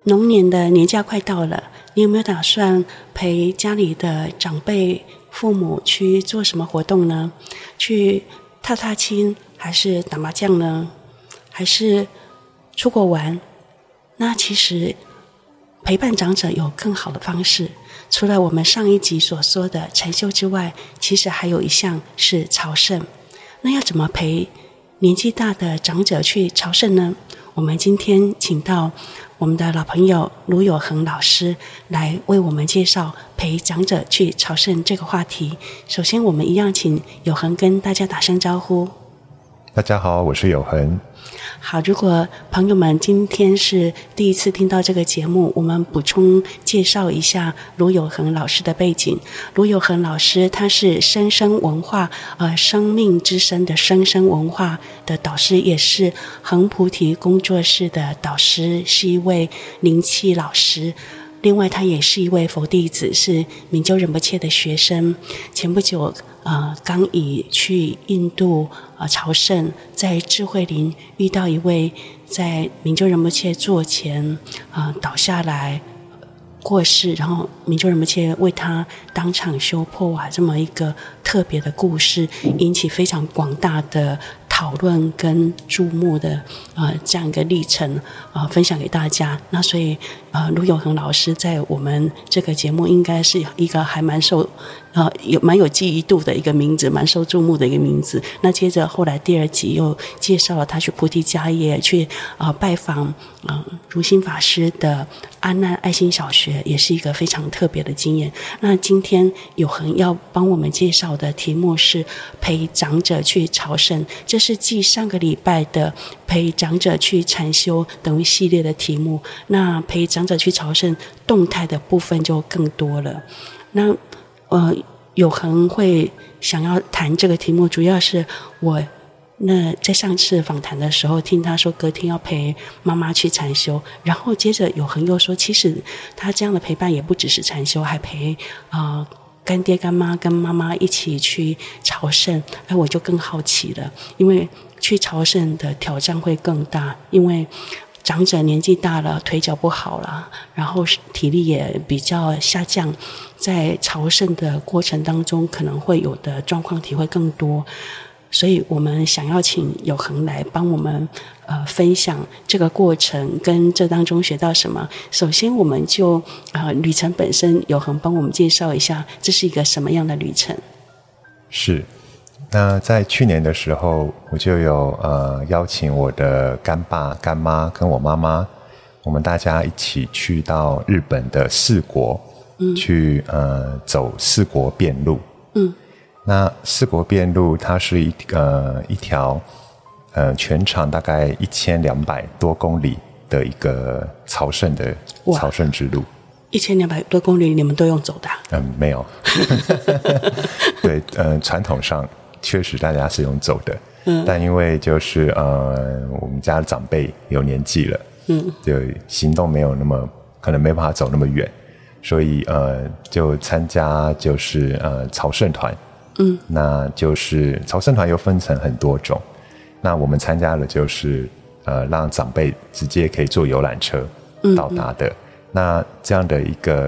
龙年的年假快到了，你有没有打算陪家里的长辈、父母去做什么活动呢？去踏踏青，还是打麻将呢？还是出国玩？那其实陪伴长者有更好的方式，除了我们上一集所说的禅修之外，其实还有一项是朝圣。那要怎么陪年纪大的长者去朝圣呢？我们今天请到我们的老朋友卢有恒老师来为我们介绍陪长者去朝圣这个话题。首先我们一样请有恒跟大家打声招呼。 大家好，我是有恒。 好，如果朋友们今天是第一次听到这个节目，我们补充介绍一下卢有恒老师的背景。卢有恒老师他是生生文化生命之声的生生文化的导师，也是恒菩提工作室的导师，是一位灵气老师。另外他也是一位佛弟子，是明鸠仁波切的学生。前不久刚以去印度朝圣，在智慧林遇到一位在明鸠仁波切座前倒下来过世，然后明鸠仁波切为他当场修破瓦，这么一个特别的故事，引起非常广大的讨论跟注目的这样一个历程分享给大家。那所以卢有恒老师在我们这个节目应该是一个还蛮受蛮有记忆度的一个名字，蛮受注目的一个名字。那接着后来第二集又介绍了他去菩提迦叶去拜访如心法师的阿难爱心小学，也是一个非常特别的经验。那今天有恒要帮我们介绍的题目是陪长者去朝圣，这是继上个礼拜的陪长者去禅修等于系列的题目。那陪长者去朝圣动态的部分就更多了。那有恒会想要谈这个题目，主要是我在上次访谈的时候听他说隔天要陪妈妈去禅修，然后接着有恒又说其实他这样的陪伴也不只是禅修，还陪干爹干妈跟妈妈一起去朝圣。我就更好奇了，因为去朝圣的挑战会更大，因为长者年纪大了，腿脚不好了，然后体力也比较下降，在朝圣的过程当中可能会有的状况体会更多。所以我们想要请有恒来帮我们分享这个过程跟这当中学到什么。首先我们就旅程本身，有恒帮我们介绍一下这是一个什么样的旅程。 是，那在去年的时候我就有邀请我的干爸干妈跟我妈妈，我们大家一起去到日本的四国去走四国遍路。那四国遍路它是一条全长大概1200多公里的一个朝圣之路。 1200多公里你们都用走的没有对，传统上确实大家是用走的，但因为就是我们家的长辈有年纪了，就行动没有那么可能没办法走那么远，所以就参加就是朝圣团。那就是朝圣团又分成很多种，那我们参加了就是让长辈直接可以坐游览车到达的。那这样的一个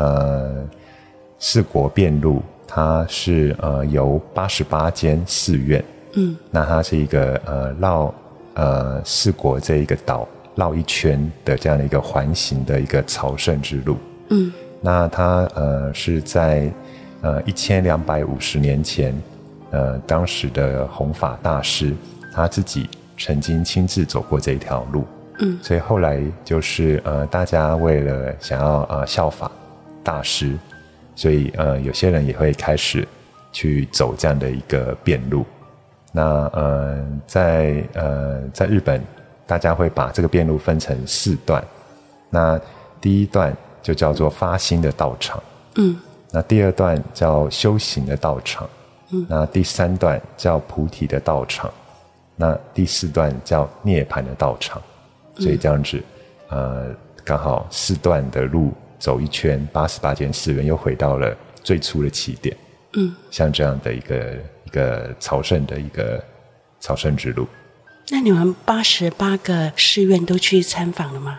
四国遍路，它是由88间寺院，那它是一个绕四国这一个岛绕一圈的这样的一个环形的一个朝圣之路。那它是在1250年前当时的弘法大师他自己曾经亲自走过这一条路。所以后来就是大家为了想要效法大师，所以有些人也会开始去走这样的一个遍路。那在日本大家会把这个遍路分成4段，那第一段就叫做发心的道场，那第2段叫修行的道场，那第3段叫菩提的道场，那第4段叫涅槃的道场。所以这样子刚好4段的路走一圈，88间寺院又回到了最初的起点。像这样的一个朝圣的一个朝圣之路。 那你们88个寺院都去参访了吗？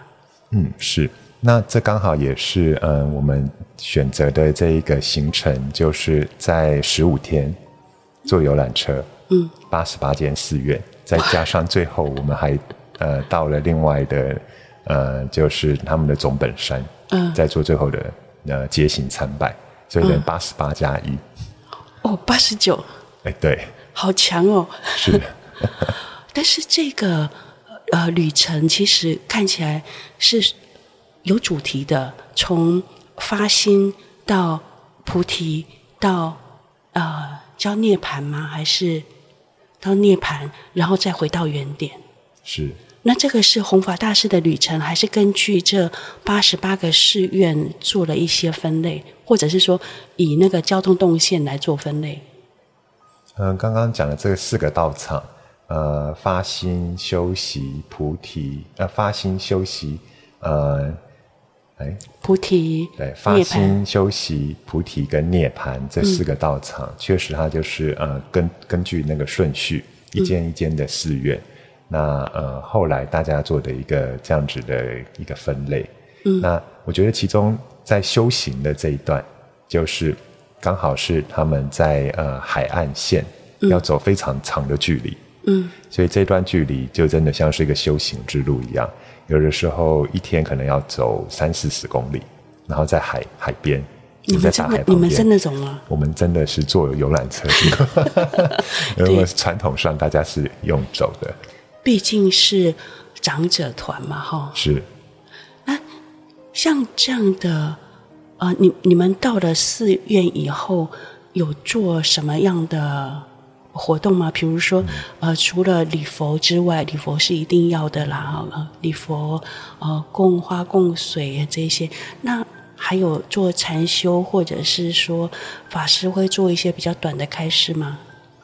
是。那这刚好也是我们选择的这一个行程，就是在15天坐游览车，88间寺院，再加上最后我们还到了另外的就是他们的总本山，再做最后的接行参拜，所以等88加1。 89。 对， 好强哦。 是。 但是这个旅程其实看起来是有主题的，从发心到菩提到叫涅槃吗？还是到涅槃然后再回到原点？ 是。 那这个是弘法大师的旅程，还是根据这88个寺院做了一些分类，或者是说以那个交通动线来做分类？ 刚刚讲的这4个道场，发心、修习、菩提，发心、修习， 菩提， 对，发心、修习、菩提跟涅槃这4个道场，确实它就是根据那个顺序，一间一间的寺院。那后来大家做的一个这样子的一个分类。那我觉得其中在修行的这一段，就是刚好是他们在海岸线要走非常长的距离。所以这段距离就真的像是一个修行之路一样，有的时候一天可能要走30-40公里，然后在海边， 你们真的走吗？ 我们真的是坐游览车因为传统上大家是用走的， 毕竟是长者团嘛， 是。 那像这样的你们到了寺院以后有做什么样的活动吗？比如说除了礼佛之外，礼佛是一定要的啦，礼佛供花供水这些，那还有做禅修，或者是说法师会做一些比较短的开示吗？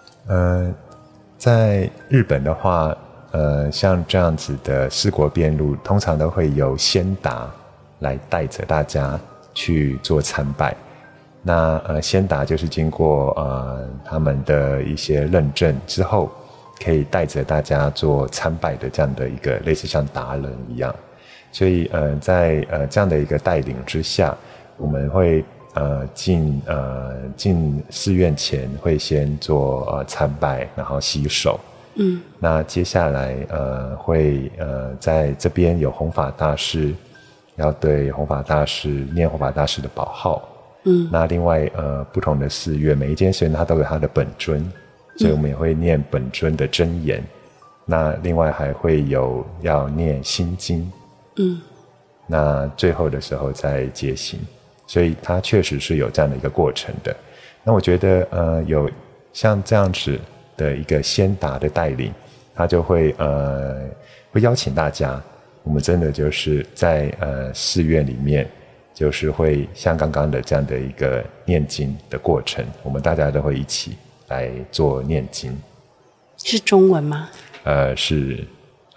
在日本的话，像这样子的四国遍路，通常都会由先达来带着大家去做参拜。那先达就是经过他们的一些认证之后，可以带着大家做参拜的这样的一个类似像达人一样。所以在这样的一个带领之下，我们会进寺院前会先做参拜，然后洗手。那接下来会在这边有弘法大师，要对弘法大师念弘法大师的宝号。那另外不同的寺院，每一间寺院它都有它的本尊，所以我们也会念本尊的真言。那另外还会有要念心经。那最后的时候再接行，所以它确实是有这样的一个过程的。那我觉得有像这样子的一个先达的带领，他就会邀请大家，我们真的就是在寺院里面，就是会像刚刚的这样的一个念经的过程，我们大家都会一起来做念经。 是中文吗？ 是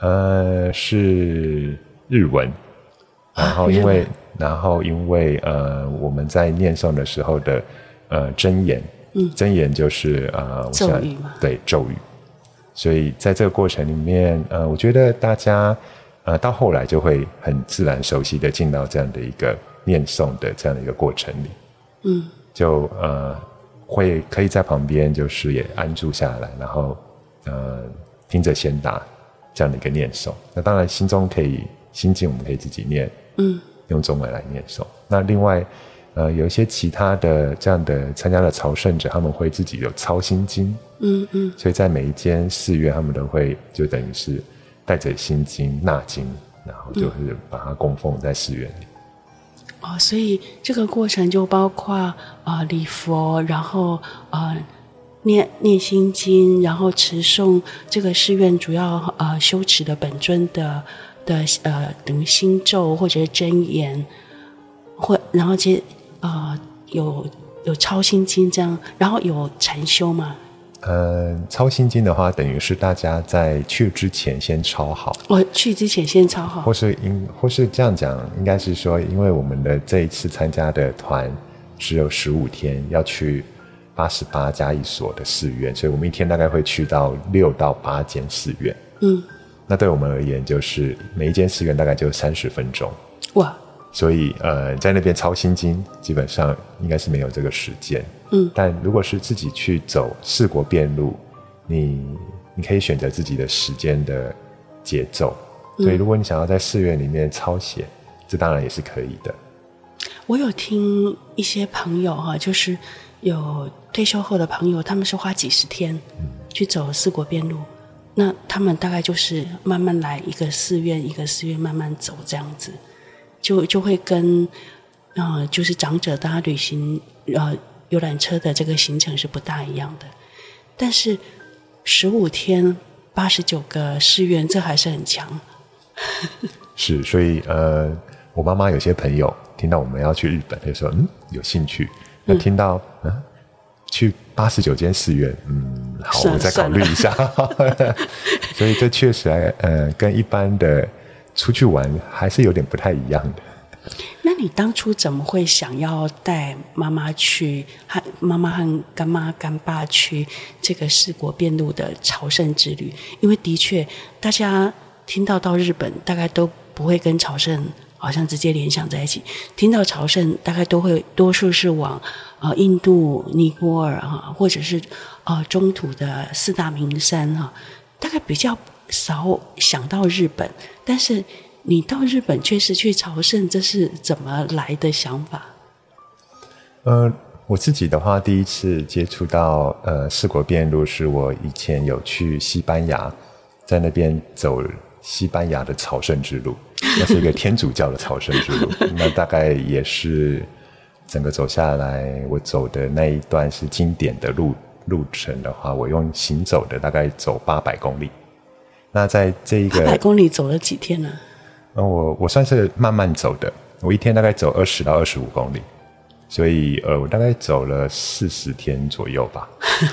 日文。然后因为我们在念诵的时候的真言，真言就是咒语嘛， 对，咒语。所以在这个过程里面，我觉得大家到后来就会很自然熟悉的进到这样的一个念诵的这样的一个过程里。就会可以在旁边就是也安住下来，然后听着先达这样的一个念诵。那当然心中可以心经我们可以自己念，用中文来念诵。那另外有一些其他的这样的参加的朝圣者，他们会自己有抄心经。所以在每一间寺院他们都会就等于是带着心经纳经，然后就是把它供奉在寺院里。 所以这个过程就包括礼佛，然后念心经，然后持诵这个寺院主要修持的本尊的等于心咒或者是真言，然后有抄心经这样，然后有禅修嘛。 抄心经的话，等于是大家在去之前先抄好。 去之前先抄好， 或是这样讲，应该是说，因为我们的这一次参加的团只有15天，要去88+1所的寺院，所以我们一天大概会去到6到8间寺院。 那对我们而言，就是每一间寺院大概就30分钟。 哇！ 所以在那边抄心经，基本上应该是没有这个时间。但如果是自己去走四国遍路，你可以选择自己的时间的节奏。所以如果你想要在寺院里面抄写，这当然也是可以的。 我有听一些朋友就是有退休后的朋友，他们是花几十天去走四国遍路，那他们大概就是慢慢来，一个寺院一个寺院慢慢走，这样子就会跟就是长者搭旅行游览车的这个行程是不大一样的。但是15天89个寺院，这还是很强。 是，所以我妈妈有些朋友听到我们要去日本，就说有兴趣。那听到去89间寺院，好，我再考虑一下。所以这确实跟一般的出去玩还是有点不太一样的。 那你当初怎么会想要带妈妈去，和妈妈和干妈干爸去这个四国遍路的朝圣之旅？因为的确大家听到日本大概都不会跟朝圣好像直接联想在一起，听到朝圣大概多数是往印度、尼泊尔或者是中土的4大名山大概比较少想到日本。但是你到日本却是去朝圣，这是怎么来的想法？ 我自己的话，第一次接触到四国遍路是我以前有去西班牙，在那边走西班牙的朝圣之路，那是一个天主教的朝圣之路。那大概也是整个走下来，我走的那一段是经典的路程的话，我用行走的大概走800公里。那在这一个 800公里走了几天呢？ 我算是慢慢走的，我一天大概走20到25公里，所以我大概走了40天左右吧。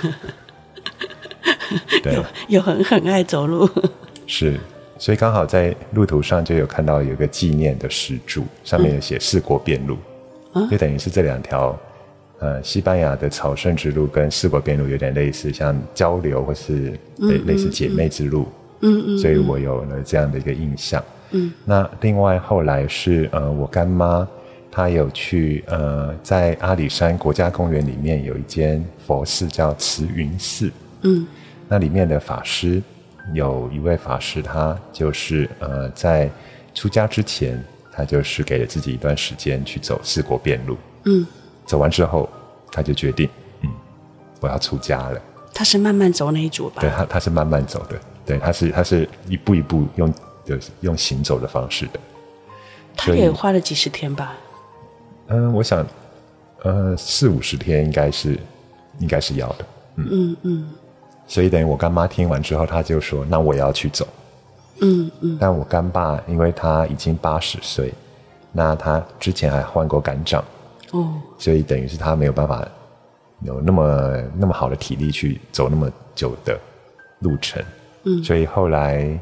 对， 有很爱走路。 是，所以刚好在路途上就有看到有一个纪念的石柱，上面有写四国遍路，就等于是这2条西班牙的朝圣之路跟四国遍路有点类似，像交流或是类似姐妹之路。所以我有了这样的一个印象。那另外后来是我干妈她有去在阿里山国家公园里面有一间佛寺叫慈云寺。那里面的法师有一位法师，他就是在出家之前，他就是给了自己一段时间去走四国遍路。走完之后他就决定我要出家了。 他是慢慢走那一组吧？ 对，他是慢慢走的。对，他是一步一步用行走的方式的。 他也花了几十天吧？ 我想40-50天应该是要的。所以等于我干妈听完之后，他就说那我也要去走。但我干爸因为他已经80岁，那他之前还患过肝脏，所以等于是他没有办法有那么好的体力去走那么久的路程。所以后来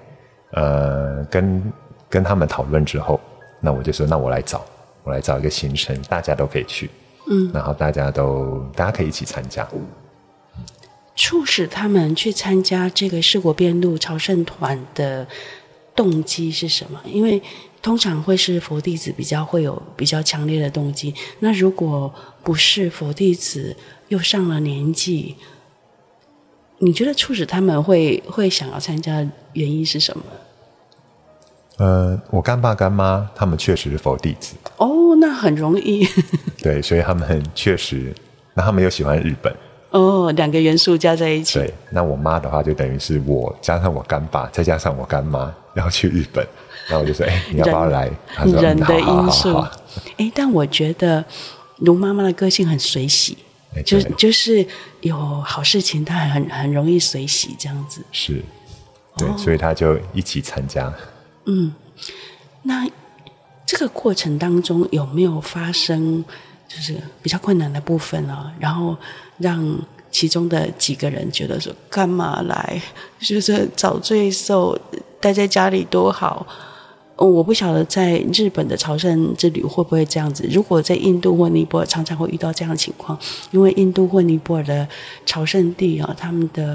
跟他们讨论之后，那我就说那我来找一个行程大家都可以去，然后大家可以一起参加。 促使他们去参加这个四国遍路朝圣团的动机是什么？因为通常会是佛弟子会有比较强烈的动机，那如果不是佛弟子又上了年纪，你觉得促使他们会想要参加的原因是什么？ 我干爸干妈他们确实是佛弟子。 那很容易。 对，所以他们确实，那他们又喜欢日本。 2个元素加在一起。对， 那我妈的话就等于是我加上我干爸再加上我干妈要去日本，然后我就说你要不要来？她说人的因素。 好。 但我觉得卢妈妈的个性很随喜，就是有好事情她很容易随喜这样子。 是，对，所以她就一起参加。 那这个过程当中有没有发生就是比较困难的部分然后让其中的几个人觉得说干嘛来，就是找罪受，待在家里多好。我不晓得在日本的朝圣之旅会不会这样子，如果在印度或尼泊尔常常会遇到这样的情况，因为印度或尼泊尔的朝圣地他们的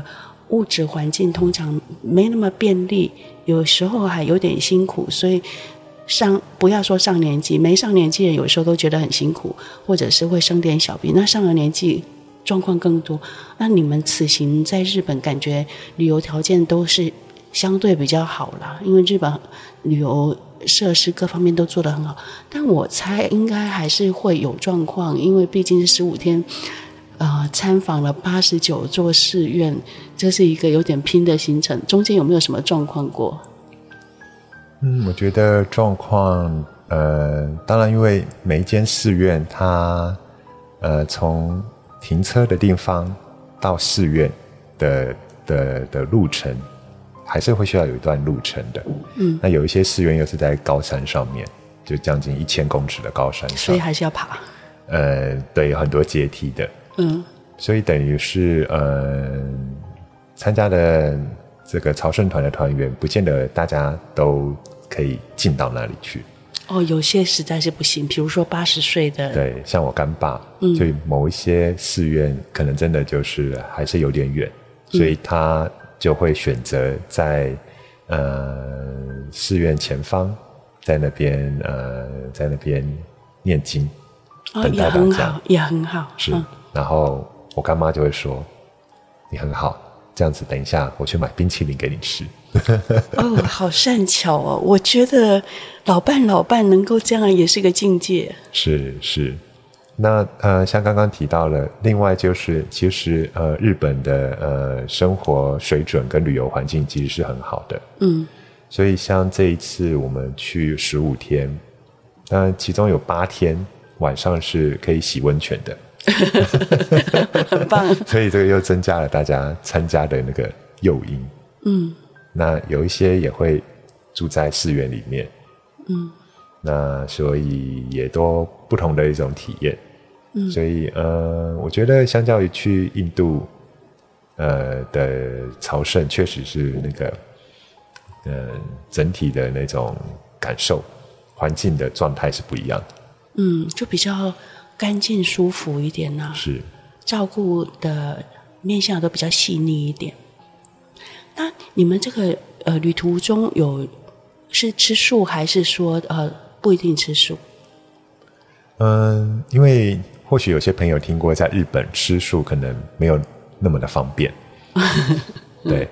物质环境通常没那么便利，有时候还有点辛苦，所以不要说上年纪，没上年纪的有时候都觉得很辛苦，或者是会生点小病，那上了年纪状况更多。那你们此行在日本感觉旅游条件都是相对比较好啦，因为日本旅游设施各方面都做得很好，但我猜应该还是会有状况，因为毕竟是15天参访了89座寺院，这是一个有点拼的行程，中间有没有什么状况过？ 我觉得状况当然因为每一间寺院它从停车的地方到寺院的路程还是会需要有一段路程的。那有一些寺院又是在高山上面，就将近1000公尺的高山上， 所以还是要爬。 对，有很多阶梯的。所以等于是参加的这个朝圣团的团员，不见得大家都可以进到那里去。 有些实在是不行，比如说80岁的。 对，像我干爸，就某一些寺院可能真的就是还是有点远，所以他就会选择在寺院前方，在那边念经，等待大家， 也很好。 是，然后我干妈就会说：“你很好，这样子，等一下我去买冰淇淋给你吃。” 好善巧哦！我觉得老伴能够这样也是个境界。 是。那像刚刚提到了，另外就是其实日本的生活水准跟旅游环境其实是很好的。所以像这一次我们去15天，其中有8天晚上是可以洗温泉的。 很棒。 所以这个又增加了大家参加的那个诱因。那有一些也会住在寺院里面。那所以也都不同的一种体验。所以我觉得相较于去印度的朝圣，确实是那个整体的那种感受，环境的状态是不一样的。 就比较干净舒服一点啊， 是照顾的面向都比较细腻一点。那你们这个旅途中是吃素，还是说不一定吃素？ 因为或许有些朋友听过，在日本吃素可能没有那么的方便。对，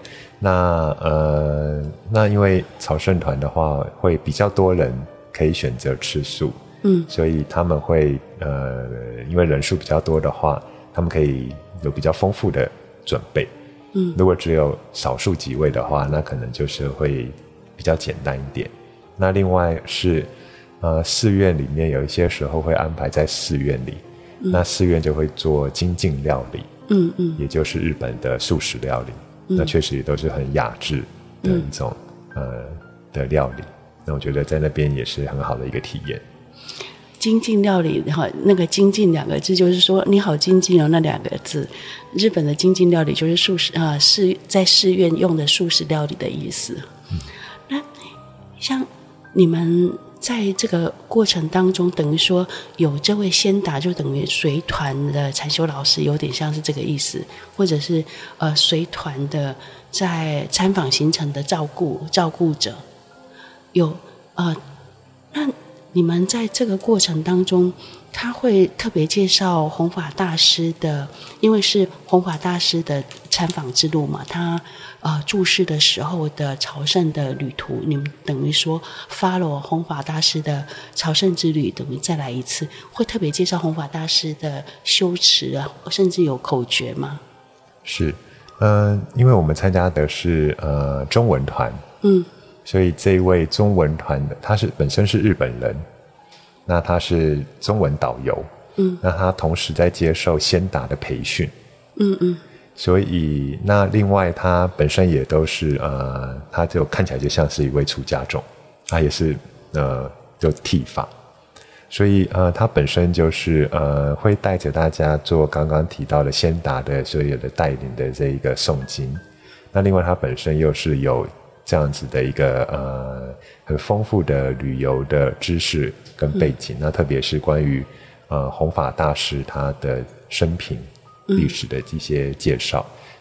那因为朝圣团的话，会比较多人可以选择吃素。所以他们会因为人数比较多的话，他们可以有比较丰富的准备。如果只有少数几位的话，那可能就是会比较简单一点。那另外是寺院里面有一些时候会安排在寺院里，那寺院就会做精进料理，也就是日本的素食料理。那确实也都是很雅致的一种的料理。那我觉得在那边也是很好的一个体验。 精进料理，那个精进2个字就是说你好精进哦，那2个字，日本的精进料理就是素食在寺院用的素食料理的意思。那像你们在这个过程当中，等于说有这位先达，就等于随团的禅修老师，有点像是这个意思，或者是随团的在参访行程的照顾者，有那你们在这个过程当中，他会特别介绍弘法大师的，因为是弘法大师的参访之路嘛，他注释的时候的朝圣的旅途，你们等于说 follow 弘法大师的朝圣之旅，等于再来一次，会特别介绍弘法大师的修持啊，甚至有口诀吗？ 是，因为我们参加的是中文团，所以这一位中文团的他本身是日本人，那他是中文导游，那他同时在接受先达的培训，所以那另外他本身也都是他就看起来就像是一位出家众，他也是就剃发，所以他本身就是会带着大家做刚刚提到的先达的所有的带领的这一个诵经。那另外他本身又是有这样子的一个很丰富的旅游的知识跟背景，那特别是关于弘法大师他的生平历史的一些介绍，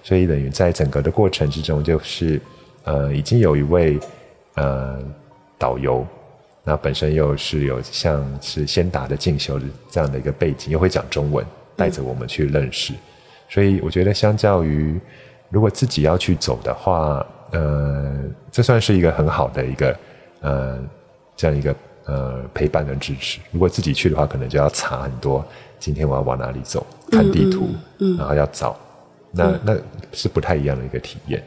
所以等于在整个的过程之中，就是已经有一位导游，那本身又是有像是先达的进修的这样的一个背景，又会讲中文，带着我们去认识。所以我觉得相较于如果自己要去走的话，这算是一个很好的一个这样一个陪伴跟支持。如果自己去的话，可能就要查很多，今天我要往哪里走，看地图，然后要找，那是不太一样的一个体验。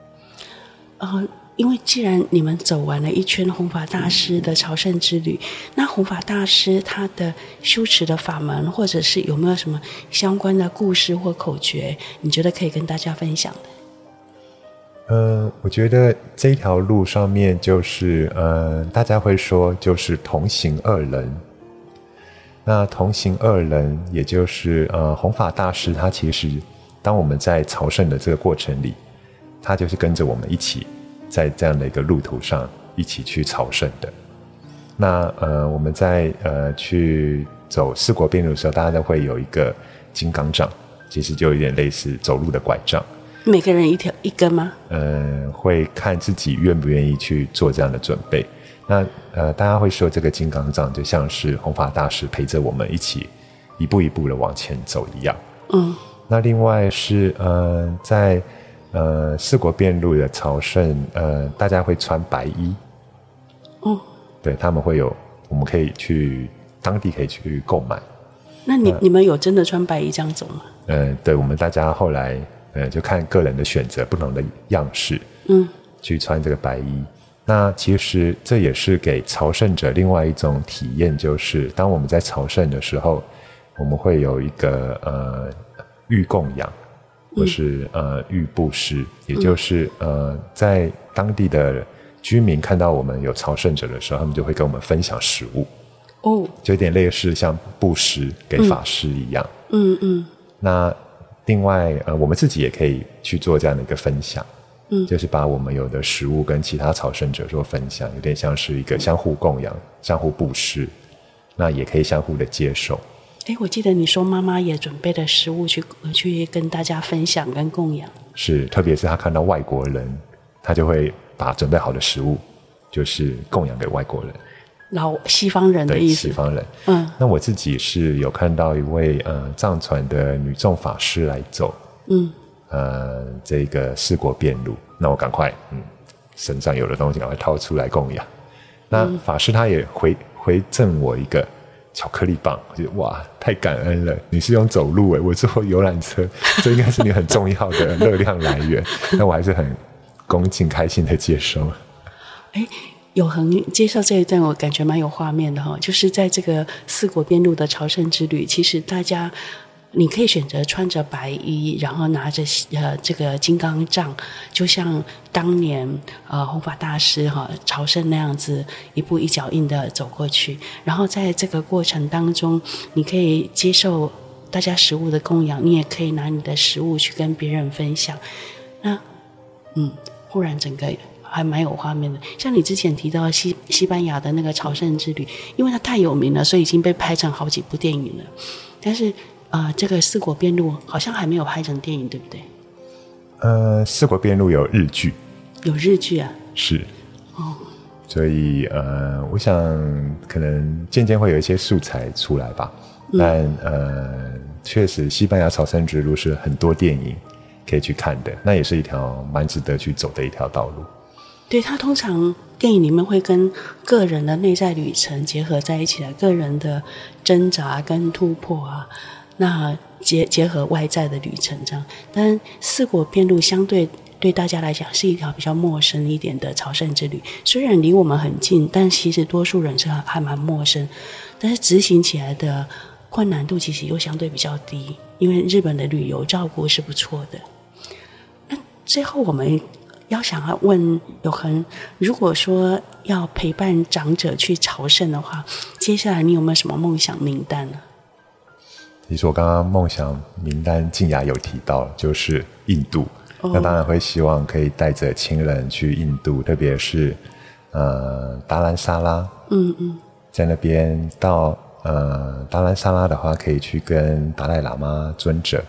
因为既然你们走完了一圈弘法大师的朝圣之旅，那弘法大师他的修持的法门，或者是有没有什么相关的故事或口诀，你觉得可以跟大家分享的？ 我觉得这一条路上面就是大家会说就是同行二人。那同行二人也就是弘法大师他其实当我们在朝圣的这个过程里，他就是跟着我们一起在这样的一个路途上一起去朝圣的。那我们在去走四国遍路的时候，大家都会有一个金刚杖，其实就有点类似走路的拐杖。 每个人一根吗？ 会看自己愿不愿意去做这样的准备。那大家会说这个金刚杖就像是弘法大师陪着我们一起一步一步的往前走一样。那另外是在四国遍路的朝圣，大家会穿白衣。对，他们会有，我们可以去当地可以去购买。 那你们有真的穿白衣这样走吗？ 对，我们大家后来就看个人的选择，不同的样式，去穿这个白衣。那其实这也是给朝圣者另外一种体验，就是当我们在朝圣的时候，我们会有一个欲供养，或是欲布施，也就是在当地的居民看到我们有朝圣者的时候，他们就会跟我们分享食物。就有点类似像布施给法师一样。那另外我们自己也可以去做这样的一个分享，就是把我们有的食物跟其他朝圣者做分享，有点像是一个相互供养、相互布施，那也可以相互的接受。 我记得你说妈妈也准备了食物去跟大家分享跟供养。是， 特别是他看到外国人，他就会把准备好的食物就是供养给外国人。 老西方人的意思。 对，西方人。那我自己是有看到一位藏传的女众法师来走这个四国遍路，那我赶快身上有的东西赶快掏出来供养。那法师他也回赠我一个巧克力棒，我觉得哇，太感恩了！你是用走路我坐游览车，这应该是你很重要的热量来源。那我还是很恭敬开心的接收。 有恒介绍这一段，我感觉蛮有画面的哈。就是在这个四国遍路的朝圣之旅，其实大家你可以选择穿着白衣，然后拿着这个金刚杖，就像当年弘法大师朝圣那样子，一步一脚印的走过去。然后在这个过程当中，你可以接受大家食物的供养，你也可以拿你的食物去跟别人分享。那忽然整个还蛮有画面的。像你之前提到西班牙的那个朝圣之旅，因为它太有名了，所以已经被拍成好几部电影了。但是这个四国遍路好像还没有拍成电影，对不对？ 四国遍路有日剧。 有日剧啊？ 是。所以我想可能渐渐会有一些素材出来吧。但确实西班牙朝圣之路是很多电影可以去看的，那也是一条蛮值得去走的一条道路。 对，它通常电影里面会跟个人的内在旅程结合在一起的，个人的挣扎跟突破啊，那结合外在的旅程这样。但四国遍路相对大家来讲是一条比较陌生一点的朝圣之旅，虽然离我们很近，但其实多数人是还蛮陌生，但是执行起来的困难度其实又相对比较低，因为日本的旅游照顾是不错的。那最后我们想要问有恒，如果说要陪伴长者去朝圣的话，接下来你有没有什么梦想名单呢？ 其实我刚刚梦想名单静雅有提到，就是印度。那当然会希望可以带着亲人去印度，特别是达兰萨拉。在那边到达兰萨拉的话，可以去跟达赖喇嘛尊者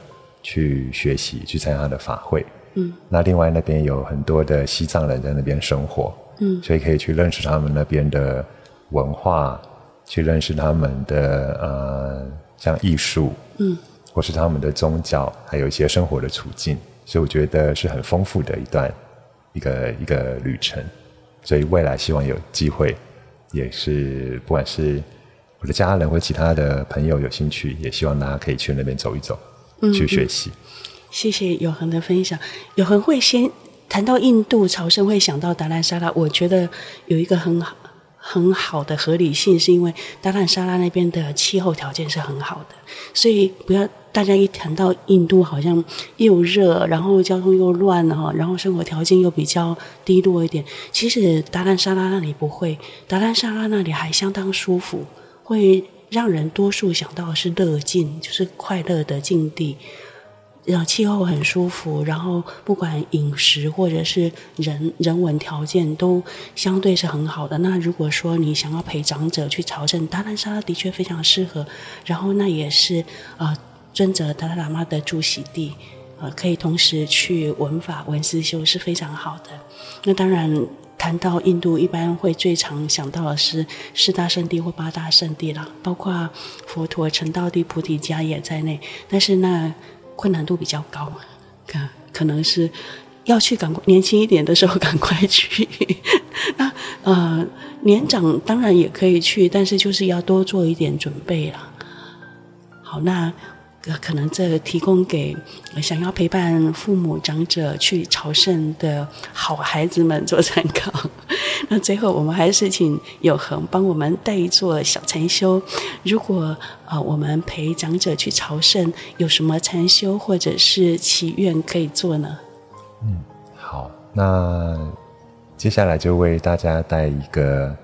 去学习，去参加他的法会。那另外那边有很多的西藏人在那边生活，所以可以去认识他们那边的文化，去认识他们的像艺术，或是他们的宗教，还有一些生活的处境，所以我觉得是很丰富的一个旅程。所以未来希望有机会，也是不管是我的家人或其他的朋友有兴趣，也希望大家可以去那边走一走，去学习。 谢谢有恒的分享。有恒会先谈到印度朝圣会想到达兰萨拉，我觉得有一个很好的合理性，是因为达兰萨拉那边的气候条件是很好的，所以不要大家一谈到印度好像又热，然后交通又乱，然后生活条件又比较低落一点。其实达兰萨拉那里不会，达兰萨拉那里还相当舒服，会让人多数想到的是乐境，就是快乐的境地。气候很舒服，然后不管饮食或者是人文条件都相对是很好的。那如果说你想要陪长者去朝圣，达兰萨拉的确非常适合。然后那也是尊者达赖喇嘛的住席地，可以同时去闻法闻思修是非常好的。那当然谈到印度，一般会最常想到的是四大圣地或八大圣地啦，包括佛陀、成道地、菩提迦也在内。但是那困难度比较高，可能是要去年轻一点的时候赶快去。那年长当然也可以去，但是就是要多做一点准备啦。好，那可能这提供给想要陪伴父母长者去朝圣的好孩子们做参考。那最后我们还是请有恒帮我们带一座小禅修。如果我们陪长者去朝圣，有什么禅修或者是祈愿可以做呢？ 好，那接下来就为大家带一个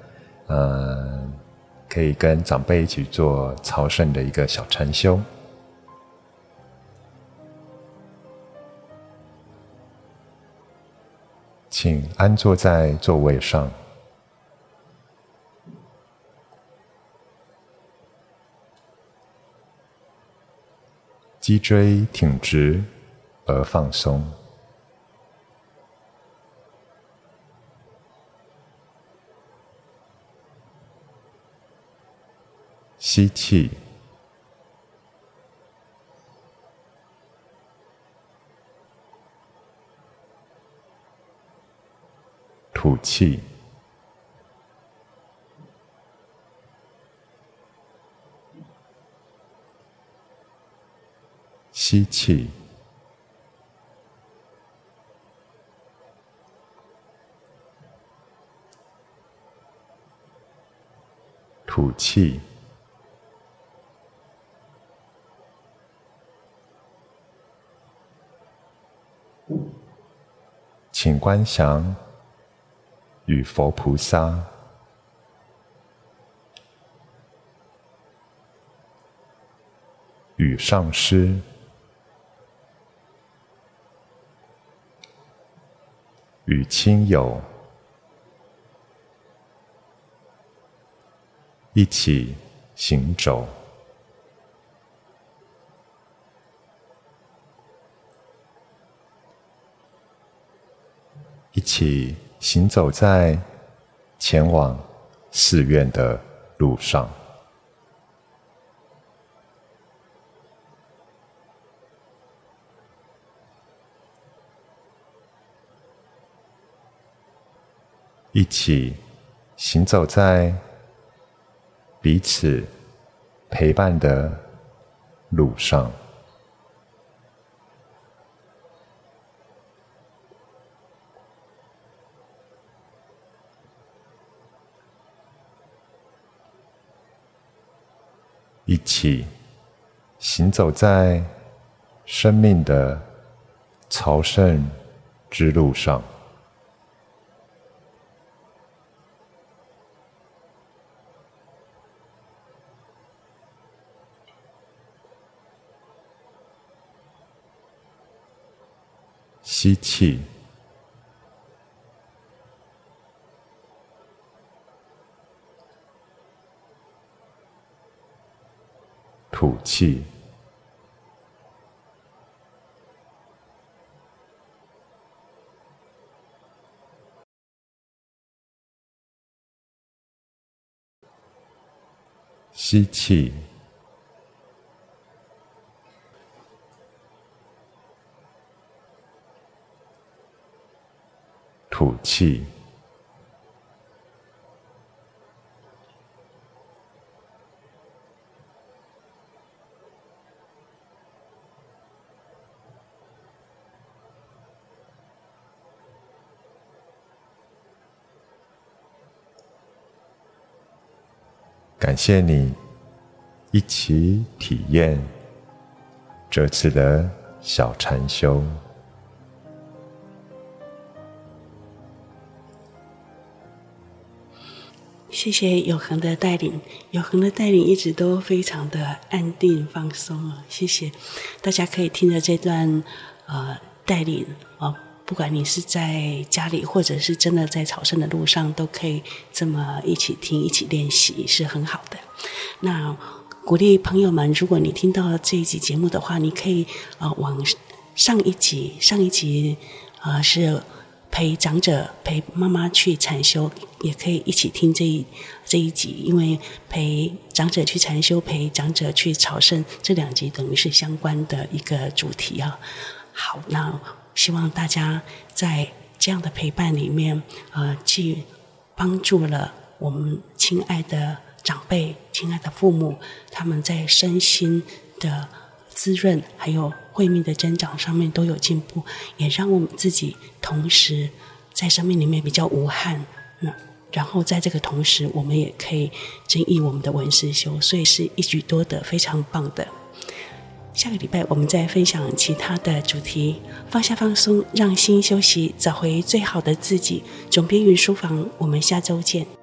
可以跟长辈一起做朝圣的一个小禅修。请安坐在座位上，脊椎挺直而放松，吸气，吐气，吸气，吐气。请观想与佛菩萨、与上师、与亲友一起行走，一起行走在前往寺院的路上。一起行走在彼此陪伴的路上。一起行走在生命的朝圣之路上。吸气，吐气， 吸气，吐气。感谢你一起体验这次的小禅修。 谢谢永恒的带领，永恒的带领一直都非常的安定放松啊！谢谢大家可以听着这段带领不管你是在家里或者是真的在朝圣的路上，都可以这么一起听一起练习，是很好的。那鼓励朋友们，如果你听到这一集节目的话，你可以往上一集是陪长者陪妈妈去禅修，也可以一起听这一集，因为陪长者去禅修，陪长者去朝圣，这2集等于是相关的一个主题啊。好，那希望大家在这样的陪伴里面既帮助了我们亲爱的长辈、亲爱的父母，他们在身心的滋润还有慧命的增长上面都有进步，也让我们自己同时在生命里面比较无憾，然后在这个同时我们也可以增益我们的闻思修，所以是一举多得，非常棒的。下个礼拜我们再分享其他的主题，放下放松，让心休息，找回最好的自己。总编云书房，我们下周见。